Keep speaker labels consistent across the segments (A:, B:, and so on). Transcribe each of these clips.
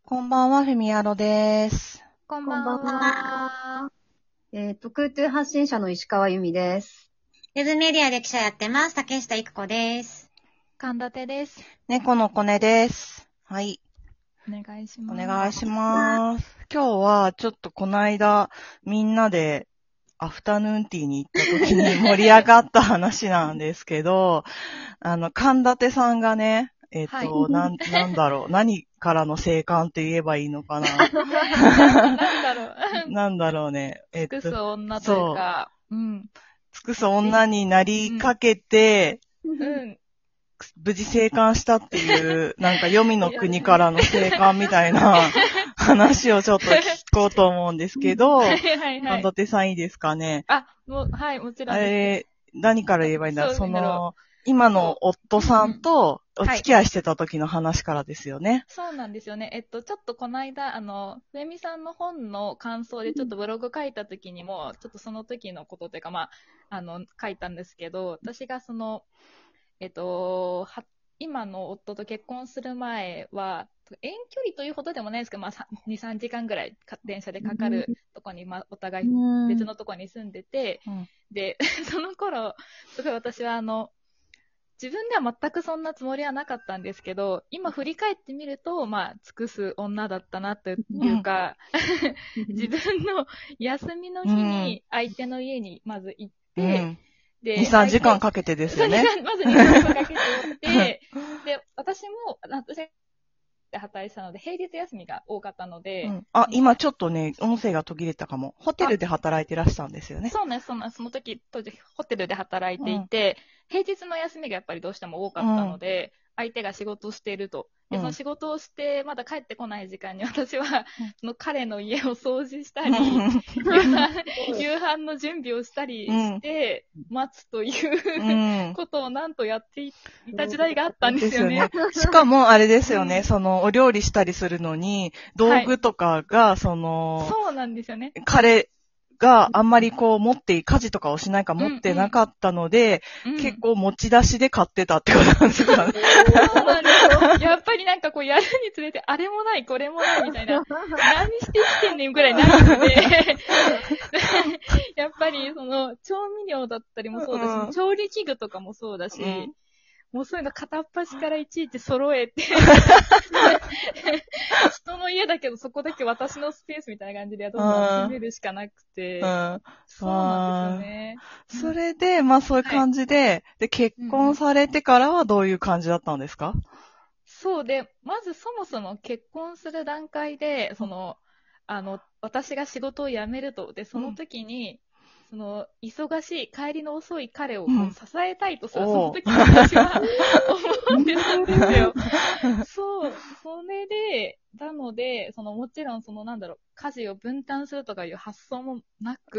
A: こんばんは、フミヤロです。
B: こんばんは。
C: 空中発信者の石川由美です。
D: ウェブメディアで記者やってます。竹下育子です。
B: 神田手です。
A: 猫のコネです。はい。
B: お願いします。
A: お願いします。今日はちょっとこの間、みんなでアフタヌーンティーに行った時に盛り上がった話なんですけど、神田手さんがね、
B: はい
A: なんだろう、何からの生還って言えばいいのかな。
B: なんだろう。
A: なんだろうね。
B: 尽くす女というか、
A: 尽くす女になりかけて、無事生還したっていう、なんか黄泉の国からの生還みたいな話をちょっと聞こうと思うんですけど、神田手さんいいですかね。
B: はい、もちろんです。
A: 何から言えばいいんだろう。今の夫さんとお付き合いしてた時の話からですよね。
B: そうなんですよね。ちょっとこの間、ふえみさんの本の感想でちょっとブログ書いた時にも、ちょっとその時のことというか、書いたんですけど、私が今の夫と結婚する前は、遠距離というほどでもないですけど、2、3時間ぐらい電車でかかるとこに、お互い別のとこに住んでて、で、その頃、すごい私は自分では全くそんなつもりはなかったんですけど、今振り返ってみると、尽くす女だったなというか、自分の休みの日に相手の家にまず行って、
A: で、2、3時間かけてですよね。
B: まず2、3時間かけて行って、で、私で働いてたので、平日休みが多かったので。
A: 今ちょっとね、音声が途切れたかも。ホテルで働いてらしたんですよね。
B: そうなんです。その時、当時、ホテルで働いていて、平日の休みがやっぱりどうしても多かったので、相手が仕事をしていると。で、その仕事をして、まだ帰ってこない時間に私は、その彼の家を掃除したり、夕飯の準備をしたりして、待つということをなんとやっていた時代があったんですよね。
A: しかもあれですよね、お料理したりするのに、道具とかが、
B: そうなんですよね。
A: 彼があんまり家事とかをしないから持ってなかったので、結構持ち出しで買ってたってことなんですかね。
B: そうなんですよ。やっぱりやるにつれて、あれもない、これもないみたいな、何して生きてんねんぐらいないので、やっぱり調味料だったりもそうだし、調理器具とかもそうだし、もうそういうの片っ端からいちいち揃えて、人の家だけどそこだけ私のスペースみたいな感じでどんどん集めるしかなくて、そうなんですよね。
A: それで、そういう感じで、で、結婚されてからはどういう感じだったんですか？
B: そうで、まずそもそも結婚する段階で、私が仕事を辞めると、で、その時に、忙しい、帰りの遅い彼を支えたいとその時に私は思ってたんですよ。そう、それで、なので、もちろん家事を分担するとかいう発想もなく、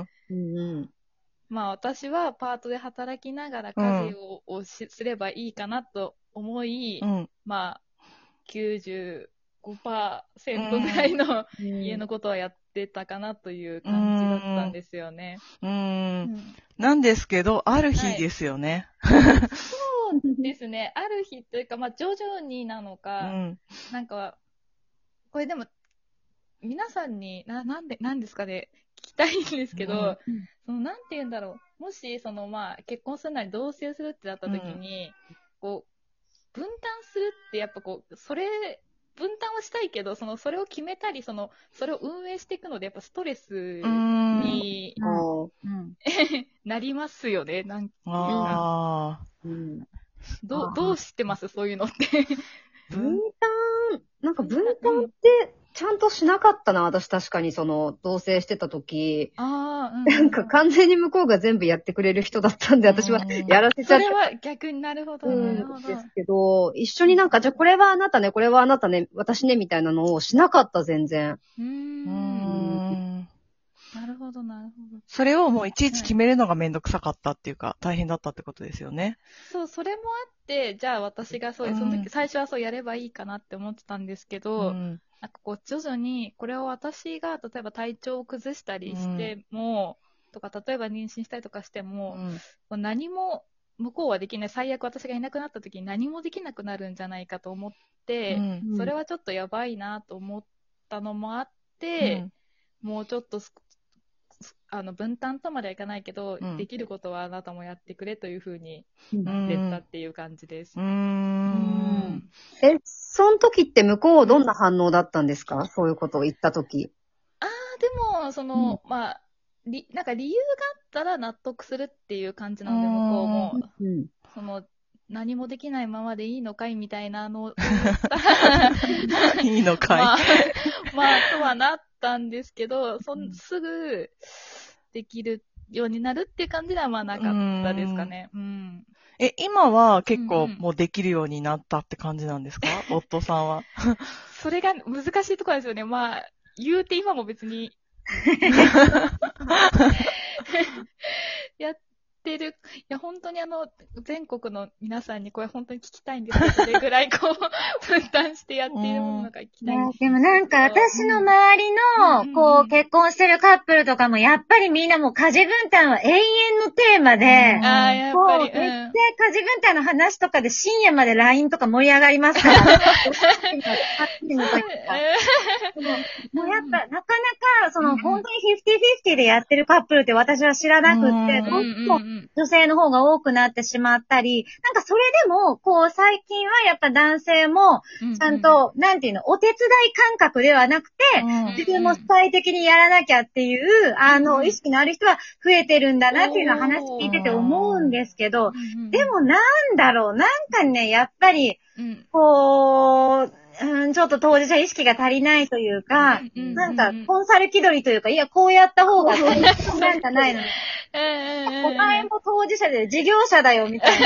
B: 私はパートで働きながら家事をすればいいかなと思い、95% ぐらいの家のことはやってたかなという感じだったんですよね。
A: なんですけど、ある日ですよね。
B: そうですね。ある日というか、徐々になのか、これでも、皆さんに、なんですかね、聞きたいんですけど、なんて言うんだろう。もし、結婚するなり同棲するってなった時に、分担するってやっぱ分担はしたいけど、それを決めたり、それを運営していくので、やっぱストレスになりますよね。どうしてますそういうのって。
C: 分担って、ちゃんとしなかったな、私確かに同棲してた時。完全に向こうが全部やってくれる人だったんで、私はやらせちゃって。
B: それは逆になるほど。
C: ですけど、一緒にじゃあこれはあなたね、これはあなたね、私ね、みたいなのをしなかった、全然。
B: なるほど。
A: それをもういちいち決めるのがめんどくさかったっていうか、大変だったってことですよね。
B: そう、それもあって、じゃあ私がその時、最初はそうやればいいかなって思ってたんですけど、徐々に、これを私が、例えば体調を崩したりしても、とか、例えば妊娠したりとかしても、何も、 向こうはできない、最悪私がいなくなった時に何もできなくなるんじゃないかと思って、それはちょっとやばいなと思ったのもあって、もうちょっと分担とまではいかないけど、できることはあなたもやってくれというふうに言ったっていう感じです。
C: その時って向こうどんな反応だったんですか？そういうことを言った時。
B: でも、まあ、なんか理由があったら納得するっていう感じなので、向こうも、何もできないままでいいのかいみたいなのを言ったら、
A: いいのかい
B: まあ、とはなったんですけど、すぐできるようになるっていう感じではまあなかったですかね。
A: 今は結構もうできるようになったって感じなんですか？夫さんは。
B: それが難しいところですよね。まあ、言うて今も別に、やってる。いや、本当に全国の皆さんにこれ本当に聞きたいんですけど、それぐらい分担してやっているものが聞きたいんですけど。
D: でもなんか私の周りの、結婚してるカップルとかも、やっぱりみんなもう家事分担は永遠のテーマで、
B: やっぱり。
D: 絶対家事分担の話とかで深夜まで LINE とか盛り上がりますから。もうやっぱ、なかなか、本当に50-50でやってるカップルって私は知らなくって、女性の方が多くなってしまったり、なんかそれでも、最近はやっぱ男性も、ちゃんと、なんていうの、お手伝い感覚ではなくて、自分も主体的にやらなきゃっていう、意識のある人は増えてるんだなっていうのを話聞いてて思うんですけど、でもなんだろう、なんかね、やっぱり、ちょっと当事者意識が足りないというか、なんかコンサル気取りというか、いや、こうやった方がなんじゃないの。お前も当事者で事業者だよ、みたいな。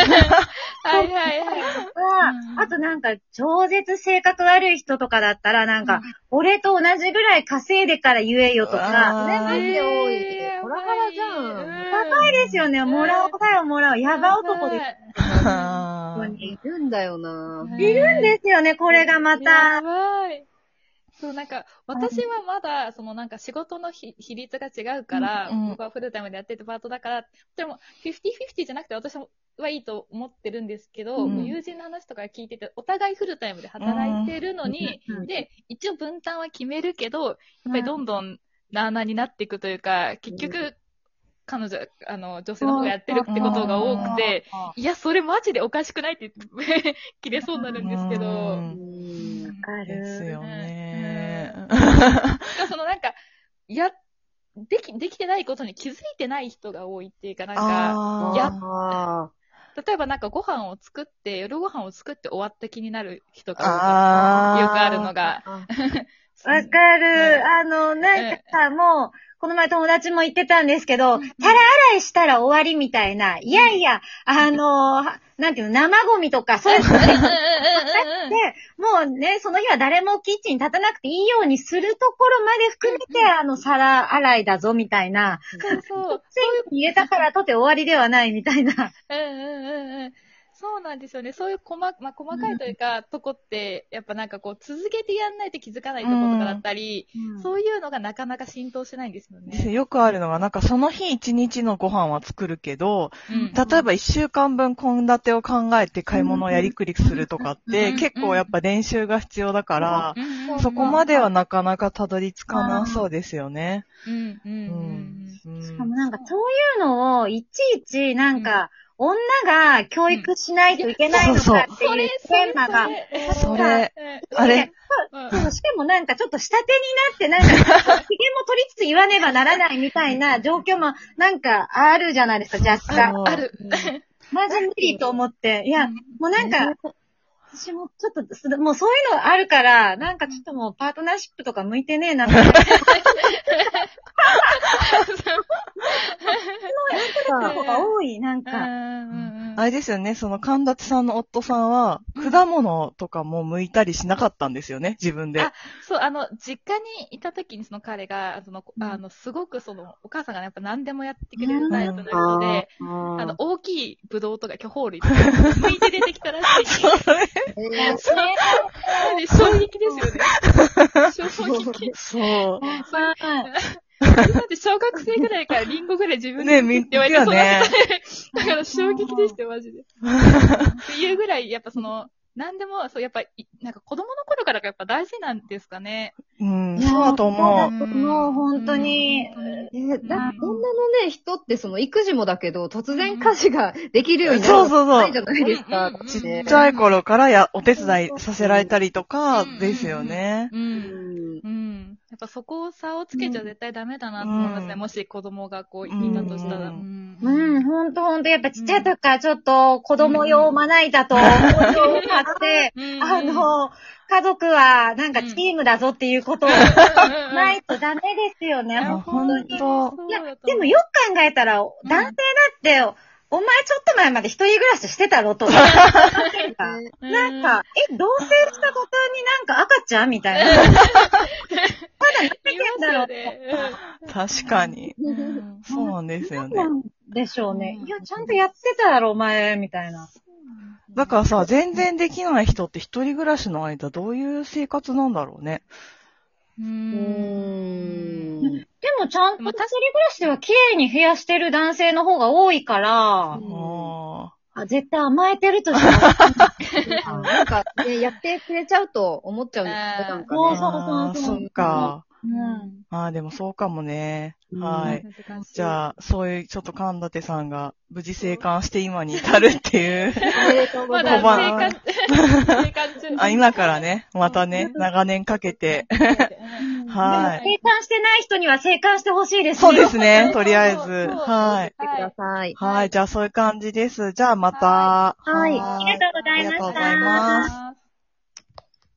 D: あとなんか、超絶性格悪い人とかだったら、なんか、俺と同じぐらい稼いでから言えよとか。
C: それマジで多い。ホラハラじゃん。
D: 高いですよね。もらおうだよ、もらおう。やば男です。
C: いるんだよな。
D: いるんですよね、これがまた。
B: やばい。そう、なんか、私はまだ、なんか仕事の比率が違うから、僕はフルタイムでやっててパートだから、でも、50-50じゃなくて私はいいと思ってるんですけど、友人の話とか聞いてて、お互いフルタイムで働いてるのに、で、一応分担は決めるけど、やっぱりどんどんなあなになっていくというか、結局、彼女、女性の方がやってるってことが多くて、いや、それマジでおかしくないって言って、切れそうになるんですけど。わ
A: かる。ですよね。
B: なんか、できてないことに気づいてない人が多いっていうか、なんか、例えばなんか夜ご飯を作って終わった気になる人が多い。よくあるのが。
D: わかる。なんかさ、もう、この前友達も言ってたんですけど、皿洗いしたら終わりみたいな。いやいや、なんていうの、生ゴミとか、そういうので、もうね、その日は誰もキッチンに立たなくていいようにするところまで含めて、皿洗いだぞ、みたいな。
B: そう。
D: そういうの入れたからとて終わりではない、みたいな。
B: そうなんですよね。そういう細かいというか、とこって、やっぱなんか続けてやんないと気づかないところとかだったり、そういうのがなかなか浸透しないんですよね。
A: よくあるのが、なんかその日一日のご飯は作るけど、例えば一週間分献立を考えて買い物をやりくりするとかって、結構やっぱ練習が必要だから、そこまではなかなかたどり着かなそうですよね。
D: しかもなんかそういうのをいちいちなんか、女が教育しないといけないのかっていうテーマが。
A: それ、あれ
D: しかもなんかちょっと下手になって、なんか、ひげも取りつつ言わねばならないみたいな状況もなんかあるじゃないですか、若干。
B: ある。
D: マジ無理と思って。いや、もうなんか、私もちょっと、もうそういうのあるから、なんかちょっともうパートナーシップとか向いてねえなって。の方が多い、なんか。
A: あれですよね、神立さんの夫さんは、果物とかも剥いたりしなかったんですよね、自分で。
B: そう、実家にいた時にその彼が、すごくお母さんがやっぱ何でもやってくれるタイプの人で、大きいブドウとか巨峰類とか、剥いて出てきたらしい。衝撃ですよね。衝撃。
A: そう。
B: だって小学生ぐらいからリンゴぐらい自分で
A: ね、
B: って言われて
A: よね。
B: だから衝撃でしたよ、マジで。っていうぐらい、やっぱなんでも、そう、やっぱ、なんか子供の頃からがやっぱ大事なんですかね。
A: うん、そうだと思う。
D: もう本当に。
C: 女のね、人って育児もだけど、突然家事ができるようになる
A: そうそうそう。
C: ないじゃないですか。
A: ちっちゃい頃からお手伝いさせられたりとかですよね。
B: やっぱそこを差をつけちゃ絶対ダメだなと思いますね。もし子供がいたとしたら。
D: ほんと。やっぱちっちゃい時からちょっと子供用まな板と包丁を買って、家族はなんかチームだぞっていうことをないとダメですよね。
A: ほんと。
D: いや、でもよく考えたら、男性だって、お前ちょっと前まで一人暮らししてたろとか。なんか、同棲した途端になんか赤ちゃんみたいな。まだ何てんだろう。
A: 確かに。そうなんですよね。
D: なんでしょうね。いや、ちゃんとやってただろ、お前、みたいな。
A: だからさ、全然できない人って一人暮らしの間どういう生活なんだろうね。
D: でもちゃんと一人暮らしでは綺麗に増やしてる男性の方が多いから、絶対甘えてるとしか
C: なんか、ね、やってくれちゃうと思っちゃうんですよ、なんかね。
A: そっか。でもそうかもね。はい。じゃあ、そういうちょっと神立さんが無事生還して今に至るっていう。
B: まだ生還中。
A: 今からね、またね、長年かけて。はい。
D: 生還してない人には生還してほしいですね。
A: そうですね、とりあえず。はい。
C: はい。
A: はい、じゃあそういう感じです。じゃあまた。
D: はい。ありがとうございました。
A: ありがとうございます。